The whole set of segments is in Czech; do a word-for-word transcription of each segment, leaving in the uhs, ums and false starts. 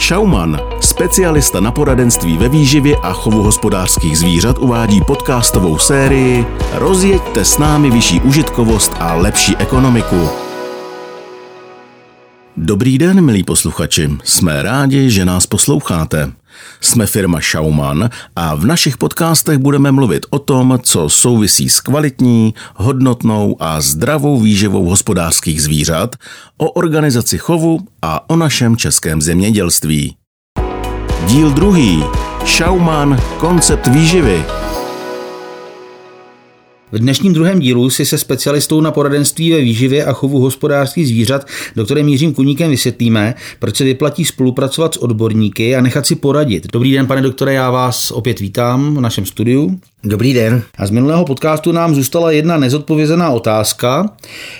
Schaumann, specialista na poradenství ve výživě a chovu hospodářských zvířat, uvádí podcastovou sérii Rozjeďte s námi vyšší užitkovost a lepší ekonomiku. Dobrý den, milí posluchači. Jsme rádi, že nás posloucháte. Jsme firma Schaumann a v našich podcastech budeme mluvit o tom, co souvisí s kvalitní, hodnotnou a zdravou výživou hospodářských zvířat, o organizaci chovu a o našem českém zemědělství. Díl druhý. Schaumann, koncept výživy. V dnešním druhém dílu si se specialistou na poradenství ve výživě a chovu hospodářských zvířat, doktorem Jiřím Kuníkem, vysvětlíme, proč se vyplatí spolupracovat s odborníky a nechat si poradit. Dobrý den, pane doktore, já vás opět vítám v našem studiu. Dobrý den. A z minulého podcastu nám zůstala jedna nezodpovězená otázka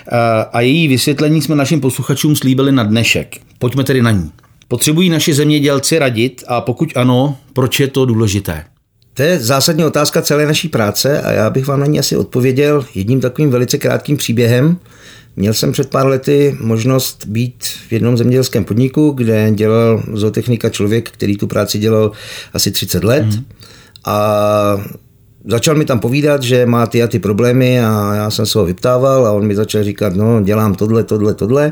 a její vysvětlení jsme našim posluchačům slíbili na dnešek. Pojďme tedy na ní. Potřebují naši zemědělci radit a pokud ano, proč je to důležité? To je zásadní otázka celé naší práce a já bych vám na ní asi odpověděl jedním takovým velice krátkým příběhem. Měl jsem před pár lety možnost být v jednom zemědělském podniku, kde dělal zootechnika člověk, který tu práci dělal asi třicet let mm. a začal mi tam povídat, že má ty a ty problémy a já jsem se ho vyptával a on mi začal říkat, no dělám tohle, tohle, tohle.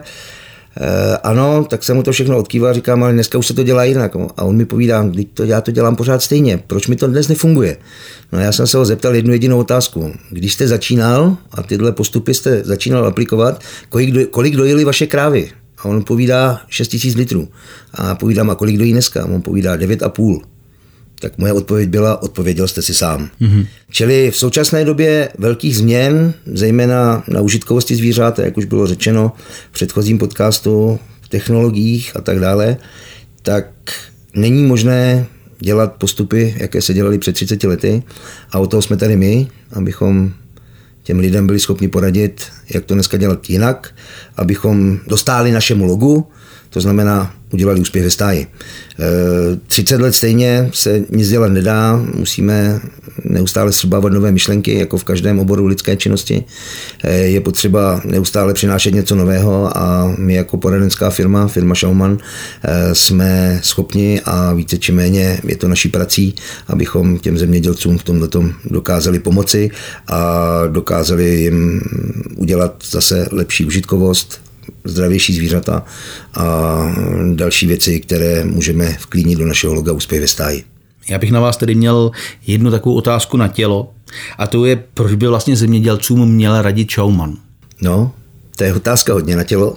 E, ano, tak jsem mu to všechno odkýval a říkám, ale dneska už se to dělá jinak. A on mi povídá, to, já to dělám pořád stejně, proč mi to dnes nefunguje? No já jsem se ho zeptal jednu jedinou otázku. Když jste začínal a tyhle postupy jste začínal aplikovat, kolik, do, kolik dojeli vaše krávy? A on povídá šest tisíc litrů. A povídám, a kolik dojí dneska? A on povídá devět a půl. Tak moje odpověď byla, odpověděl jste si sám. Mm-hmm. Čili v současné době velkých změn, zejména na užitkovosti zvířat, jak už bylo řečeno v předchozím podcastu, v technologiích a tak dále, tak není možné dělat postupy, jaké se dělaly před třiceti lety a o toho jsme tady my, abychom těm lidem byli schopni poradit, jak to dneska dělat jinak, abychom dostáli našemu logu, to znamená, udělali úspěch ve stáji. třicet let stejně se nic dělat nedá, musíme neustále střebávat nové myšlenky, jako v každém oboru lidské činnosti. Je potřeba neustále přinášet něco nového a my jako poradenská firma, firma Schaumann, jsme schopni a více či méně je to naší prací, abychom těm zemědělcům v tomhletom dokázali pomoci a dokázali jim udělat zase lepší užitkovost, zdravější zvířata a další věci, které můžeme vklínit do našeho loga úspěch ve stáji. Já bych na vás tedy měl jednu takovou otázku na tělo a to je, proč by vlastně zemědělcům měl radit Schaumann? No, to je otázka hodně na tělo.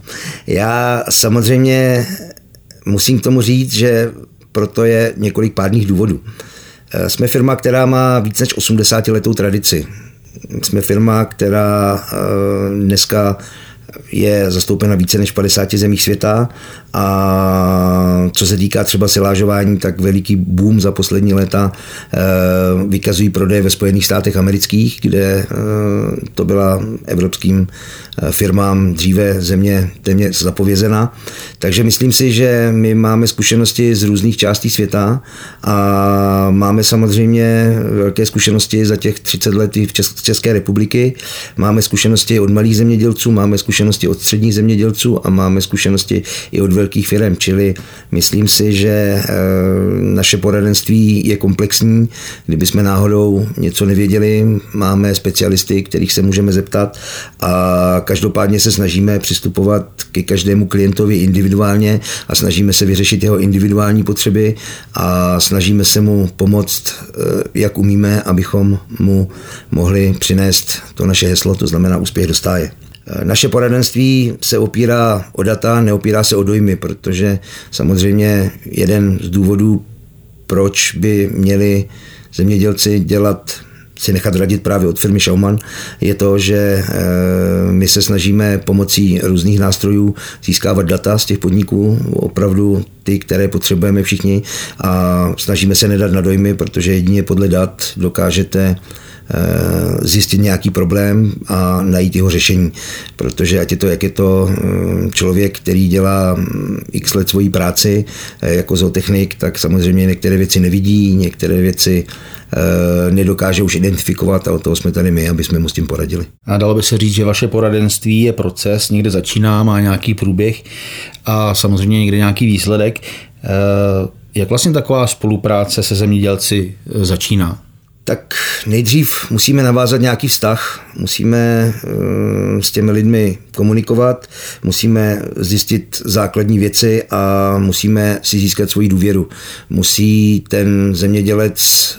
Já samozřejmě musím k tomu říct, že proto je několik pádných důvodů. Jsme firma, která má víc než osmdesátiletou tradici. Jsme firma, která dneska je zastoupena více než v padesáti zemích světa a co se týká třeba silážování, tak veliký boom za poslední léta vykazují prodeje ve Spojených státech amerických, kde to byla evropským firmám dříve země téměř zapovězená. Takže myslím si, že my máme zkušenosti z různých částí světa a máme samozřejmě velké zkušenosti za těch třicet let v České republiky. Máme zkušenosti od malých zemědělců, máme zkušenosti od středních zemědělců a máme zkušenosti i od velkých firm, čili myslím si, že naše poradenství je komplexní. Kdybychom náhodou něco nevěděli, máme specialisty, kterých se můžeme zeptat a každopádně se snažíme přistupovat ke každému klientovi individuálně a snažíme se vyřešit jeho individuální potřeby a snažíme se mu pomoct, jak umíme, abychom mu mohli přinést to naše heslo, to znamená úspěch do stáje. Naše poradenství se opírá o data, neopírá se o dojmy, protože samozřejmě jeden z důvodů, proč by měli zemědělci dělat, si nechat radit právě od firmy Schaumann, je to, že my se snažíme pomocí různých nástrojů získávat data z těch podniků, opravdu ty, které potřebujeme všichni a snažíme se nedat na dojmy, protože jedině podle dat dokážete zjistit nějaký problém a najít jeho řešení. Protože ať je to, jak je to člověk, který dělá x let svoji práci jako zootechnik, tak samozřejmě některé věci nevidí, některé věci nedokáže už identifikovat a od toho jsme tady my, aby jsme mu s tím poradili. A dalo by se říct, že vaše poradenství je proces, někde začíná, má nějaký průběh a samozřejmě někde nějaký výsledek. Jak vlastně taková spolupráce se zemědělci začíná? Tak nejdřív musíme navázat nějaký vztah, musíme s těmi lidmi komunikovat, musíme zjistit základní věci a musíme si získat svoji důvěru. Musí ten zemědělec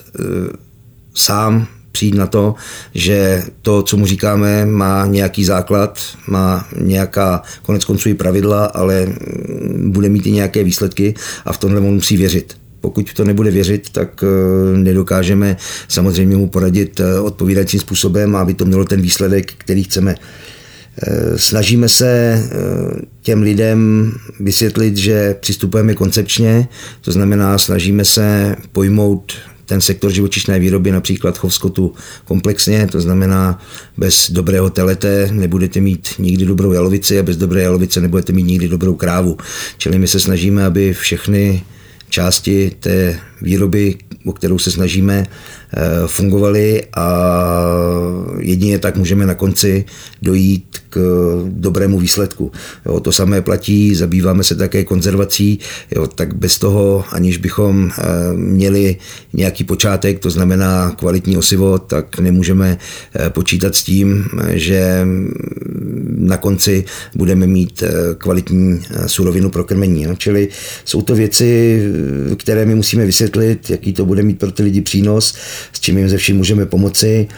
sám přijít na to, že to, co mu říkáme, má nějaký základ, má nějaká konec konců i pravidla, ale bude mít i nějaké výsledky a v tomhle on musí věřit. Pokud to nebude věřit, tak nedokážeme samozřejmě mu poradit odpovídajícím způsobem, aby to mělo ten výsledek, který chceme. Snažíme se těm lidem vysvětlit, že přistupujeme koncepčně, to znamená, snažíme se pojmout ten sektor živočišné výroby, například chov skotu komplexně, to znamená, bez dobrého telete nebudete mít nikdy dobrou jalovici a bez dobré jalovice nebudete mít nikdy dobrou krávu. Čili my se snažíme, aby všechny části té výroby, o kterou se snažíme, fungovaly a jedině tak můžeme na konci dojít k dobrému výsledku. Jo, to samé platí, zabýváme se také konzervací, jo, tak bez toho, aniž bychom měli nějaký počátek, to znamená kvalitní osivo, tak nemůžeme počítat s tím, že na konci budeme mít kvalitní surovinu pro krmení. Jo. Čili jsou to věci, které my musíme vysvětlit, jaký to bude mít pro ty lidi přínos, s čím jim ze vším můžeme pomoci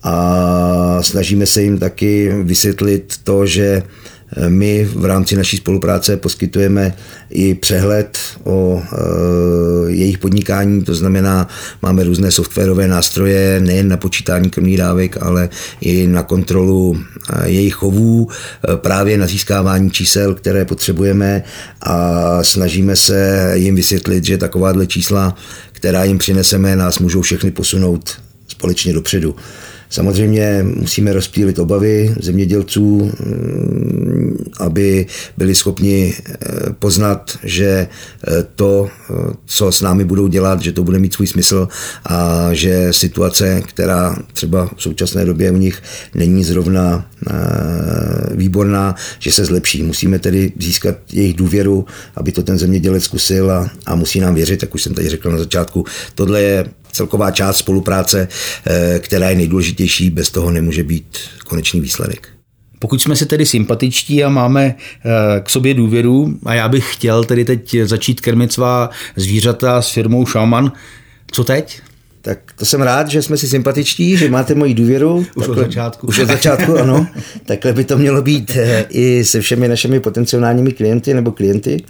a snažíme se jim taky vysvětlit to, že my v rámci naší spolupráce poskytujeme i přehled o e, jejich podnikání, to znamená, máme různé softwarové nástroje, nejen na počítání krmných dávek, ale i na kontrolu e, jejich chovů, e, právě na získávání čísel, které potřebujeme a snažíme se jim vysvětlit, že takováhle čísla, která jim přineseme, nás můžou všechny posunout společně dopředu. Samozřejmě musíme rozptýlit obavy zemědělců, aby byli schopni poznat, že to, co s námi budou dělat, že to bude mít svůj smysl a že situace, která třeba v současné době u nich není zrovna výborná, že se zlepší. Musíme tedy získat jejich důvěru, aby to ten zemědělec zkusil a, a musí nám věřit, jak už jsem tady řekl na začátku. Tohle je celková část spolupráce, která je nejdůležitější, bez toho nemůže být konečný výsledek. Pokud jsme si tedy sympatičtí a máme k sobě důvěru a já bych chtěl tedy teď začít krmit svá zvířata s firmou Schaumann, co teď? Tak to jsem rád, že jsme si sympatičtí, že máte moji důvěru. Už takhle, od začátku. Už od začátku, ano. Takhle by to mělo být i se všemi našimi potenciálními klienty nebo klienty.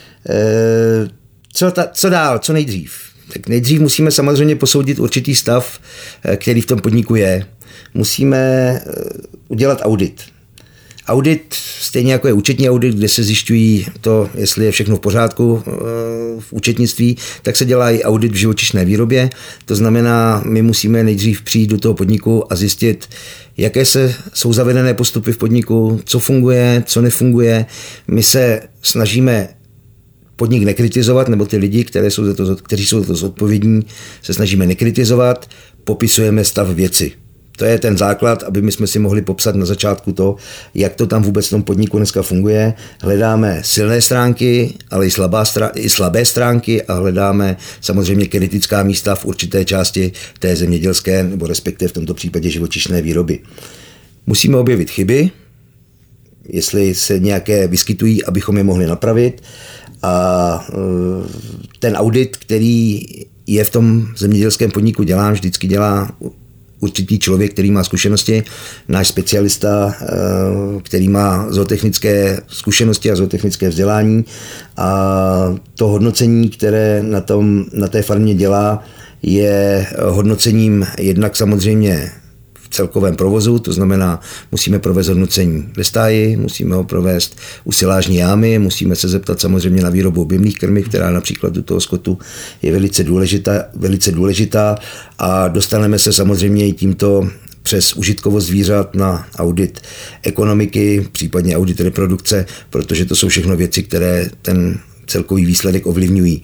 Co, ta, co dál, co nejdřív? Tak nejdřív musíme samozřejmě posoudit určitý stav, který v tom podniku je. Musíme udělat audit. Audit, stejně jako je účetní audit, kde se zjišťují to, jestli je všechno v pořádku v účetnictví, tak se dělá i audit v živočišné výrobě. To znamená, my musíme nejdřív přijít do toho podniku a zjistit, jaké se, jsou zavedené postupy v podniku, co funguje, co nefunguje. My se snažíme podnik nekritizovat, nebo ty lidi, které jsou za to, kteří jsou za to zodpovědní, se snažíme nekritizovat, popisujeme stav věci. To je ten základ, aby my jsme si mohli popsat na začátku to, jak to tam vůbec v tom podniku dneska funguje. Hledáme silné stránky, ale i, slabá, i slabé stránky a hledáme samozřejmě kritická místa v určité části té zemědělské, nebo respektive v tomto případě živočišné výroby. Musíme objevit chyby, jestli se nějaké vyskytují, abychom je mohli napravit. A ten audit, který je v tom zemědělském podniku dělán, vždycky dělá určitý člověk, který má zkušenosti, náš specialista, který má zootechnické zkušenosti a zootechnické vzdělání a to hodnocení, které na, tom, na té farmě dělá, je hodnocením jednak samozřejmě v celkovém provozu, to znamená, musíme provést hodnocení ve stáji, musíme ho provést u silážní jámy, musíme se zeptat samozřejmě na výrobu objemných krmiv, která například u toho skotu je velice důležitá, velice důležitá a dostaneme se samozřejmě i tímto přes užitkovost zvířat na audit ekonomiky, případně audit reprodukce, protože to jsou všechno věci, které ten celkový výsledek ovlivňují.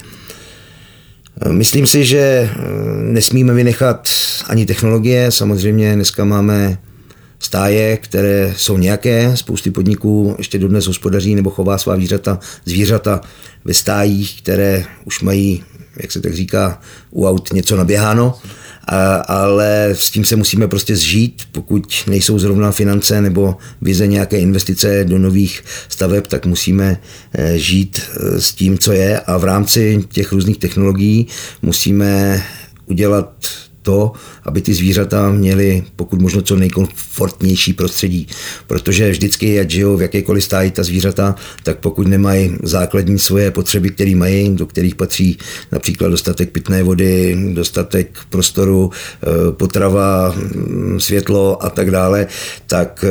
Myslím si, že nesmíme vynechat ani technologie. Samozřejmě dneska máme stáje, které jsou nějaké. Spousty podniků ještě dodnes hospodaří nebo chová svá zvířata, zvířata ve stájích, které už mají, jak se tak říká, u aut něco naběháno. A, ale s tím se musíme prostě zžít, pokud nejsou zrovna finance nebo vize nějaké investice do nových staveb, tak musíme žít s tím, co je a v rámci těch různých technologií musíme udělat to, aby ty zvířata měly pokud možno co nejkomfortnější prostředí. Protože vždycky, ať žijou v jakékoliv stáji ta zvířata, tak pokud nemají základní svoje potřeby, které mají, do kterých patří například dostatek pitné vody, dostatek prostoru, potrava, světlo a tak dále, tak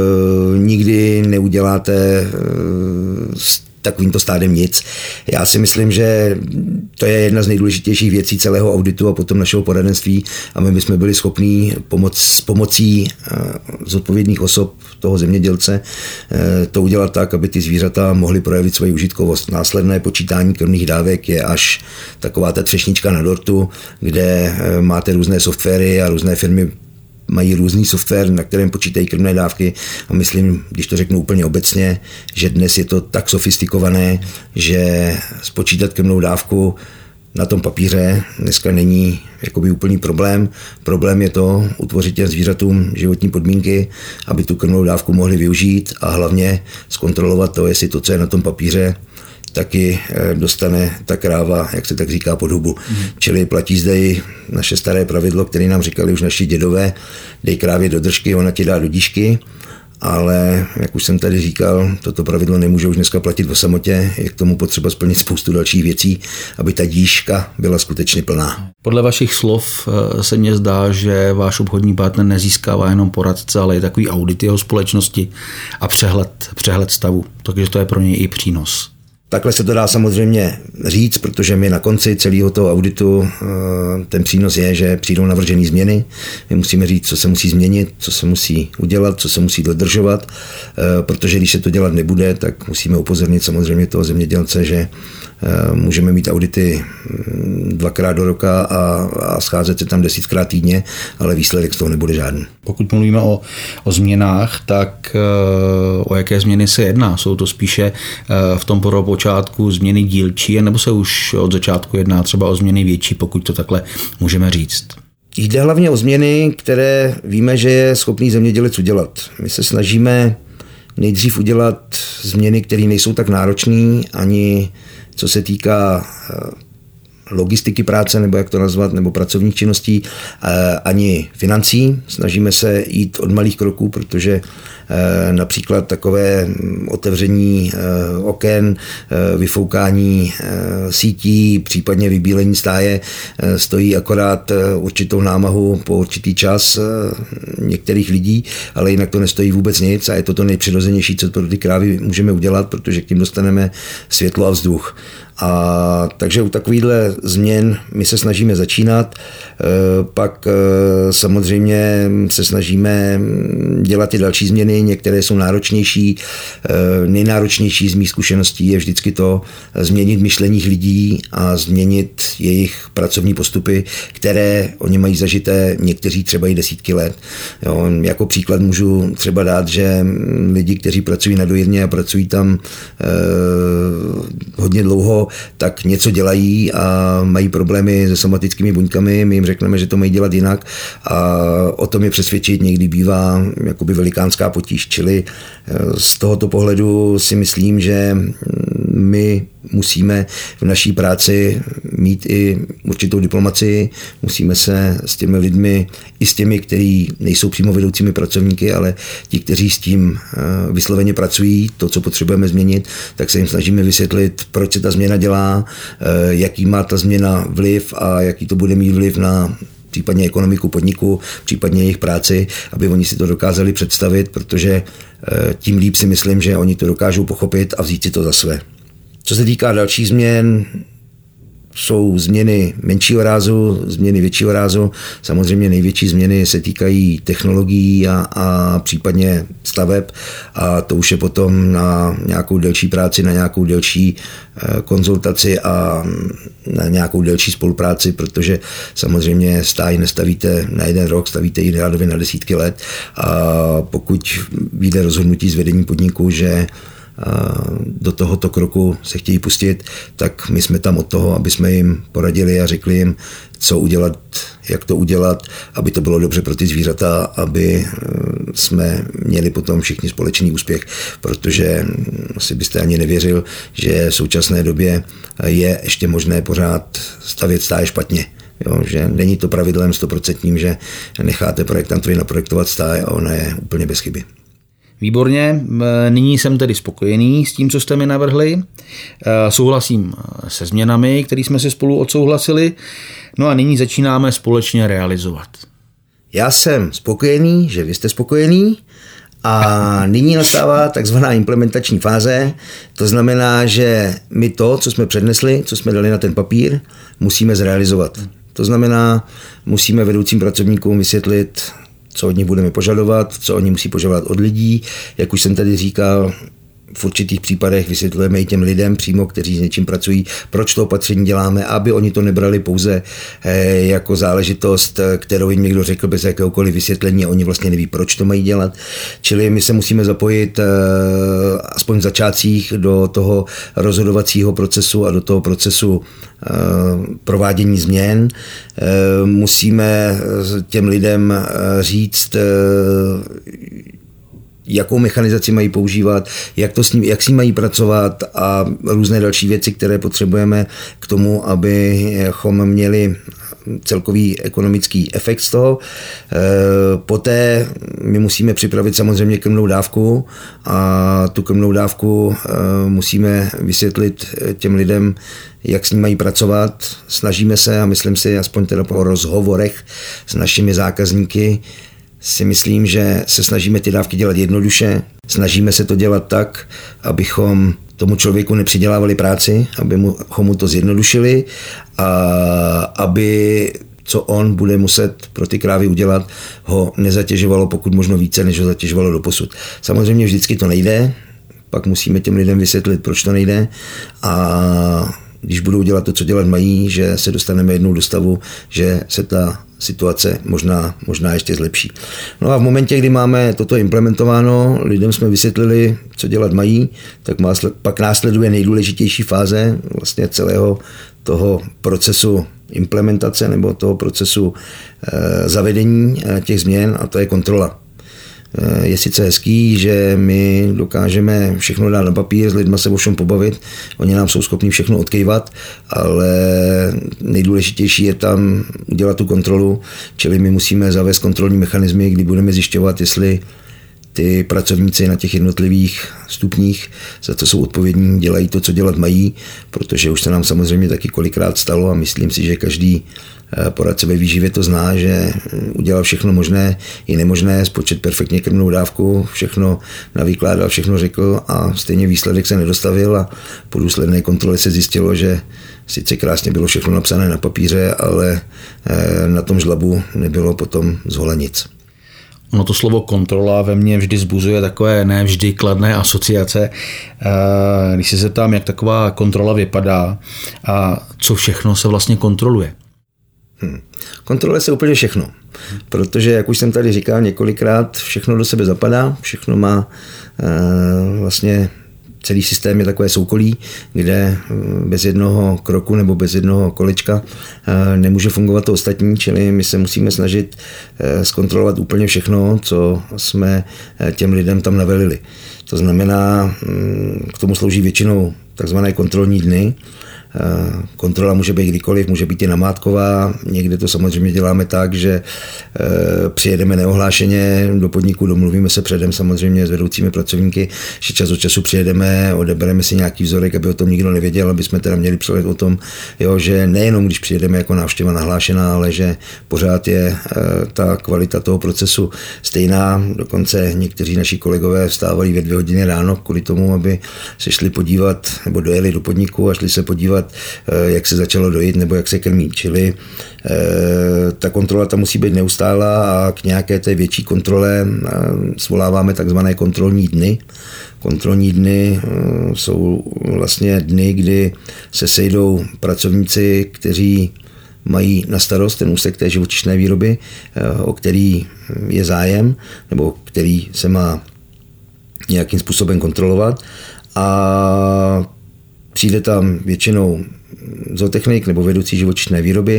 nikdy neuděláte takovýmto stádem nic. Já si myslím, že to je jedna z nejdůležitějších věcí celého auditu a potom našeho poradenství a my bychom byli schopní pomoc, s pomocí zodpovědných osob toho zemědělce to udělat tak, aby ty zvířata mohly projevit svoji užitkovost. Následné počítání krmných dávek je až taková ta třešnička na dortu, kde máte různé softwary a různé firmy mají různý software, na kterém počítají krmné dávky a myslím, když to řeknu úplně obecně, že dnes je to tak sofistikované, že spočítat krmnou dávku na tom papíře dneska není jakoby úplný problém. Problém je to utvořit těm zvířatům životní podmínky, aby tu krmnou dávku mohli využít a hlavně zkontrolovat to, jestli to, co je na tom papíře, taky dostane ta kráva, jak se tak říká, pod hubu. Mm. Čili platí zde i naše staré pravidlo, které nám říkali už naši dědové, dej krávě do držky, ona ti dá do díšky, ale jak už jsem tady říkal, toto pravidlo nemůže už dneska platit o samotě, je k tomu potřeba splnit spoustu dalších věcí, aby ta díška byla skutečně plná. Podle vašich slov se mně zdá, že váš obchodní partner nezískává jenom poradce, ale i takový audit jeho společnosti a přehled, přehled stavu, takže to je pro něj i přínos. Takhle se to dá samozřejmě říct, protože my na konci celého toho auditu ten přínos je, že přijdou navržené změny. My musíme říct, co se musí změnit, co se musí udělat, co se musí dodržovat, protože když se to dělat nebude, tak musíme upozornit samozřejmě toho zemědělce, že můžeme mít audity dvakrát do roka a, a scházet se tam desítkrát týdně, ale výsledek z toho nebude žádný. Pokud mluvíme o, o změnách, tak o jaké změny se jedná? Jsou to spíše v tom prvopočátku změny dílčí, nebo se už od začátku jedná třeba o změny větší, pokud to takhle můžeme říct? Jde hlavně o změny, které víme, že je schopný zemědělec udělat. My se snažíme nejdřív udělat změny, které nejsou tak náročné, ani co se týká logistiky práce, nebo jak to nazvat, nebo pracovních činností, ani financí. Snažíme se jít od malých kroků, protože například takové otevření oken, vyfoukání sítí, případně vybílení stáje stojí akorát určitou námahu po určitý čas některých lidí, ale jinak to nestojí vůbec nic a je to to nejpřirozenější, co pro ty krávy můžeme udělat, protože k tím dostaneme světlo a vzduch. A takže u takovýchhle změn my se snažíme začínat, pak samozřejmě se snažíme dělat i další změny, některé jsou náročnější. Nejnáročnější z mých zkušeností je vždycky to změnit myšlení lidí a změnit jejich pracovní postupy, které oni mají zažité někteří třeba i desítky let. Jo, jako příklad můžu třeba dát, že lidi, kteří pracují na dojírně a pracují tam eh, hodně dlouho, tak něco dělají a mají problémy se somatickými buňkami, my jim řekneme, že to mají dělat jinak a o tom je přesvědčit někdy bývá jakoby velikánská potíž, čili z tohoto pohledu si myslím, že my musíme v naší práci mít i určitou diplomacii, musíme se s těmi lidmi, i s těmi, kteří nejsou přímo vedoucími pracovníky, ale ti, kteří s tím vysloveně pracují, to, co potřebujeme změnit, tak se jim snažíme vysvětlit, proč se ta změna dělá, jaký má ta změna vliv a jaký to bude mít vliv na případně ekonomiku podniku, případně jejich práci, aby oni si to dokázali představit, protože tím líp si myslím, že oni to dokážou pochopit a vzít si to za své. Co se týká dalších změn, jsou změny menšího rázu, změny většího rázu. Samozřejmě největší změny se týkají technologií a, a případně staveb a to už je potom na nějakou delší práci, na nějakou delší konzultaci a na nějakou delší spolupráci, protože samozřejmě stáj nestavíte na jeden rok, stavíte ji řádově na desítky let a pokud vyjde rozhodnutí z vedení podniku, že do tohoto kroku se chtějí pustit, tak my jsme tam od toho, aby jsme jim poradili a řekli jim, co udělat, jak to udělat, aby to bylo dobře pro ty zvířata, aby jsme měli potom všichni společný úspěch, protože asi byste ani nevěřil, že v současné době je ještě možné pořád stavět stáje špatně. Jo, že není to pravidlem stoprocentním, že necháte projektantovi naprojektovat stáj a ona je úplně bez chyby. Výborně, nyní jsem tedy spokojený s tím, co jste mi navrhli. Souhlasím se změnami, které jsme si spolu odsouhlasili. No a nyní začínáme společně realizovat. Já jsem spokojený, že vy jste spokojený a nyní nastává takzvaná implementační fáze. To znamená, že my to, co jsme přednesli, co jsme dali na ten papír, musíme zrealizovat. To znamená, musíme vedoucím pracovníkům vysvětlit, co od nich budeme požadovat, co oni musí požadovat od lidí. Jak už jsem tady říkal, v určitých případech vysvětlujeme i těm lidem přímo, kteří s něčím pracují, proč to opatření děláme, aby oni to nebrali pouze jako záležitost, kterou jim někdo řekl bez jakéhokoliv vysvětlení a oni vlastně neví, proč to mají dělat. Čili my se musíme zapojit aspoň v začátcích do toho rozhodovacího procesu a do toho procesu provádění změn. Musíme těm lidem říct, jakou mechanizaci mají používat, jak, to s ním, jak s ním mají pracovat a různé další věci, které potřebujeme k tomu, abychom měli celkový ekonomický efekt z toho. Poté my musíme připravit samozřejmě krmnou dávku a tu krmnou dávku musíme vysvětlit těm lidem, jak s ním mají pracovat. Snažíme se, a myslím si, aspoň teda po rozhovorech s našimi zákazníky, si myslím, že se snažíme ty dávky dělat jednoduše. Snažíme se to dělat tak, abychom tomu člověku nepřidělávali práci, aby mu, mu to zjednodušili a aby co on bude muset pro ty krávy udělat, ho nezatěžovalo pokud možno více, než ho zatěžovalo doposud. Samozřejmě vždycky to nejde, pak musíme těm lidem vysvětlit, proč to nejde a když budou dělat to, co dělat mají, že se dostaneme jednou do stavu, že se ta situace možná, možná ještě zlepší. No a v momentě, kdy máme toto implementováno, lidem jsme vysvětlili, co dělat mají, tak má, pak následuje nejdůležitější fáze vlastně celého toho procesu implementace nebo toho procesu e, zavedení těch změn a to je kontrola. Je sice hezký, že my dokážeme všechno dát na papír, s lidma se o všem pobavit, oni nám jsou schopni všechno odkejvat, ale nejdůležitější je tam udělat tu kontrolu, čili my musíme zavést kontrolní mechanismy, kdy budeme zjišťovat, jestli ty pracovníci na těch jednotlivých stupních, za co jsou odpovědní, dělají to, co dělat mají, protože už se nám samozřejmě taky kolikrát stalo a myslím si, že každý poradce ve výživě to zná, že udělal všechno možné i nemožné, spočet perfektně krmnou dávku, všechno navykládal, všechno řekl a stejně výsledek se nedostavil a po důsledné kontrole se zjistilo, že sice krásně bylo všechno napsané na papíře, ale na tom žlabu nebylo potom zhola nic. Ono to slovo kontrola ve mně vždy zbuzuje takové ne vždy kladné asociace. Když se zeptám, jak taková kontrola vypadá a co všechno se vlastně kontroluje. Hmm. Kontroluje se úplně všechno, protože, jak už jsem tady říkal několikrát, všechno do sebe zapadá, všechno má uh, vlastně celý systém je takové soukolí, kde bez jednoho kroku nebo bez jednoho kolečka nemůže fungovat to ostatní, čili my se musíme snažit zkontrolovat úplně všechno, co jsme těm lidem tam navelili. To znamená, k tomu slouží většinou takzvané kontrolní dny, Kontrola může být kdykoliv, může být i namátková. Někde to samozřejmě děláme tak, že přijedeme neohlášeně do podniku, domluvíme se předem samozřejmě s vedoucími pracovníky, že čas od času přijedeme, odebereme si nějaký vzorek, aby o tom nikdo nevěděl, aby jsme teda měli přehled o tom, jo, že nejenom když přijedeme jako návštěva nahlášená, ale že pořád je ta kvalita toho procesu stejná. Dokonce někteří naši kolegové vstávali ve dvě hodiny ráno kvůli tomu, aby se šli podívat nebo dojeli do podniku a šli se podívat, jak se začalo dojít nebo jak se krmí. Čili ta kontrola tam musí být neustálá a k nějaké té větší kontrole svoláváme takzvané kontrolní dny. Kontrolní dny jsou vlastně dny, kdy se sejdou pracovníci, kteří mají na starost ten úsek té živočišné výroby, o který je zájem, nebo který se má nějakým způsobem kontrolovat. A přijde tam většinou zootechnik nebo vedoucí živočišné výroby.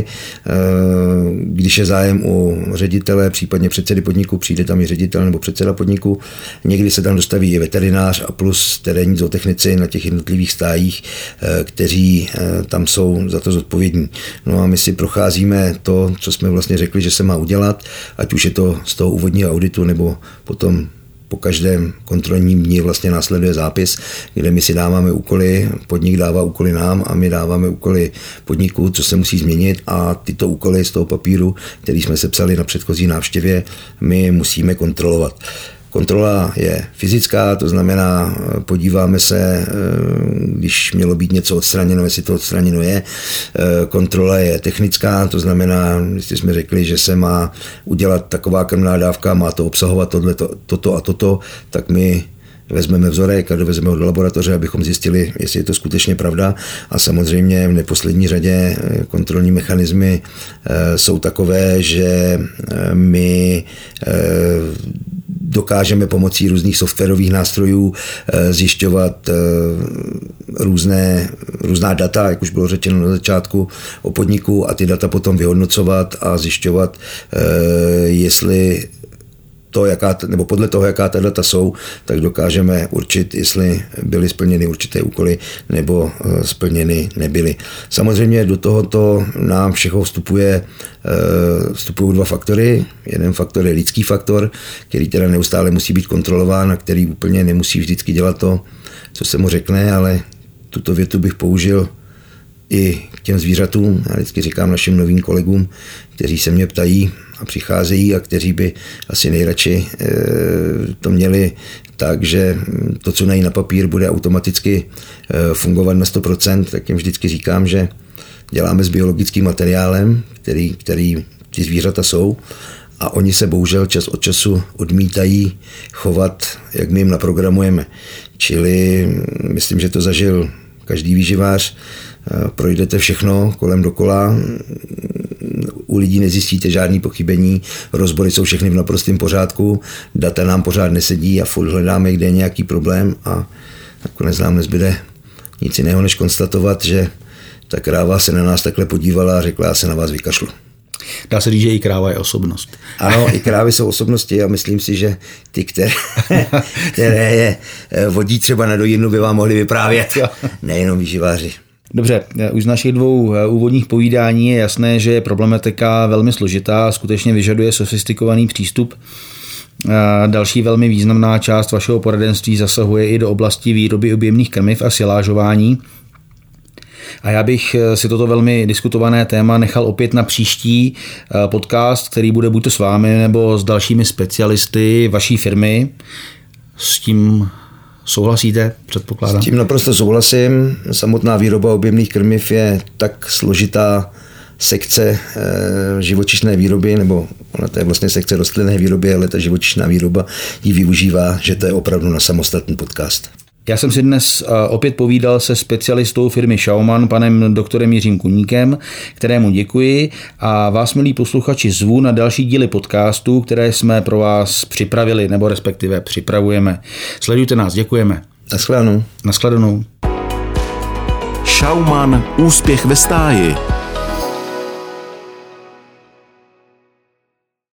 Když je zájem u ředitele, případně předsedy podniku, přijde tam i ředitel nebo předseda podniku. Někdy se tam dostaví i veterinář a plus terénní zootechnici na těch jednotlivých stájích, kteří tam jsou za to zodpovědní. No a my si procházíme to, co jsme vlastně řekli, že se má udělat, ať už je to z toho úvodního auditu nebo potom po každém kontrolním dni vlastně následuje zápis, kde my si dáváme úkoly, podnik dává úkoly nám a my dáváme úkoly podniku, co se musí změnit a tyto úkoly z toho papíru, který jsme sepsali na předchozí návštěvě, my musíme kontrolovat. Kontrola je fyzická, to znamená, podíváme se, když mělo být něco odstraněno, jestli to odstraněno je. Kontrola je technická, to znamená, jestli jsme řekli, že se má udělat taková krmná dávka, má to obsahovat tohleto, toto a toto, tak my vezmeme vzorek a dovezeme ho do laboratoře, abychom zjistili, jestli je to skutečně pravda. A samozřejmě v neposlední řadě kontrolní mechanismy jsou takové, že my dokážeme pomocí různých softwarových nástrojů zjišťovat různé, různá data, jak už bylo řečeno na začátku, o podniku a ty data potom vyhodnocovat a zjišťovat, jestli to, jaká, nebo podle toho, jaká ta data jsou, tak dokážeme určit, jestli byly splněny určité úkoly nebo splněny nebyly. Samozřejmě do tohoto nám všeho vstupuje, vstupují dva faktory. Jeden faktor je lidský faktor, který teda neustále musí být kontrolován a který úplně nemusí vždycky dělat to, co se mu řekne, ale tuto větu bych použil i k těm zvířatům. Já vždycky říkám našim novým kolegům, kteří se mě ptají a přicházejí a kteří by asi nejradši to měli tak, že to, co dají na papír, bude automaticky fungovat na sto procent, tak jim vždycky říkám, že děláme s biologickým materiálem, který, který ty zvířata jsou a oni se bohužel čas od času odmítají chovat, jak my jim naprogramujeme. Čili myslím, že to zažil každý výživář, projdete všechno kolem dokola, u lidí nezjistíte žádný pochybení, rozbory jsou všechny v naprostém pořádku, data nám pořád nesedí a furt hledáme, kde je nějaký problém a nakonec nám nezbyde nic jiného, než konstatovat, že ta kráva se na nás takhle podívala a řekla, já se na vás vykašlu. Dá se říct, že i kráva je osobnost. Ano, i krávy jsou osobnosti a myslím si, že ty, které, které je vodí třeba na dojinu, by vám mohli vyprávět, nejenom výživáři. Dobře, už z našich dvou úvodních povídání je jasné, že je problematika velmi složitá a skutečně vyžaduje sofistikovaný přístup. Další velmi významná část vašeho poradenství zasahuje i do oblasti výroby objemných krmiv a silážování. A já bych si toto velmi diskutované téma nechal opět na příští podcast, který bude buď to s vámi nebo s dalšími specialisty vaší firmy. S tím souhlasíte, předpokládám? S tím naprosto souhlasím. Samotná výroba objemných krmiv je tak složitá sekce živočišné výroby, nebo ona to je vlastně sekce rostlinné výroby, ale ta živočišná výroba ji využívá, že to je opravdu na samostatný podcast. Já jsem si dnes opět povídal se specialistou firmy Schaumann, panem doktorem Jiřím Kuníkem, kterému děkuji a vás, milí posluchači, zvu na další díly podcastu, které jsme pro vás připravili, nebo respektive připravujeme. Sledujte nás, děkujeme. Naschledanou. Naschledanou. Schaumann, úspěch ve stáji.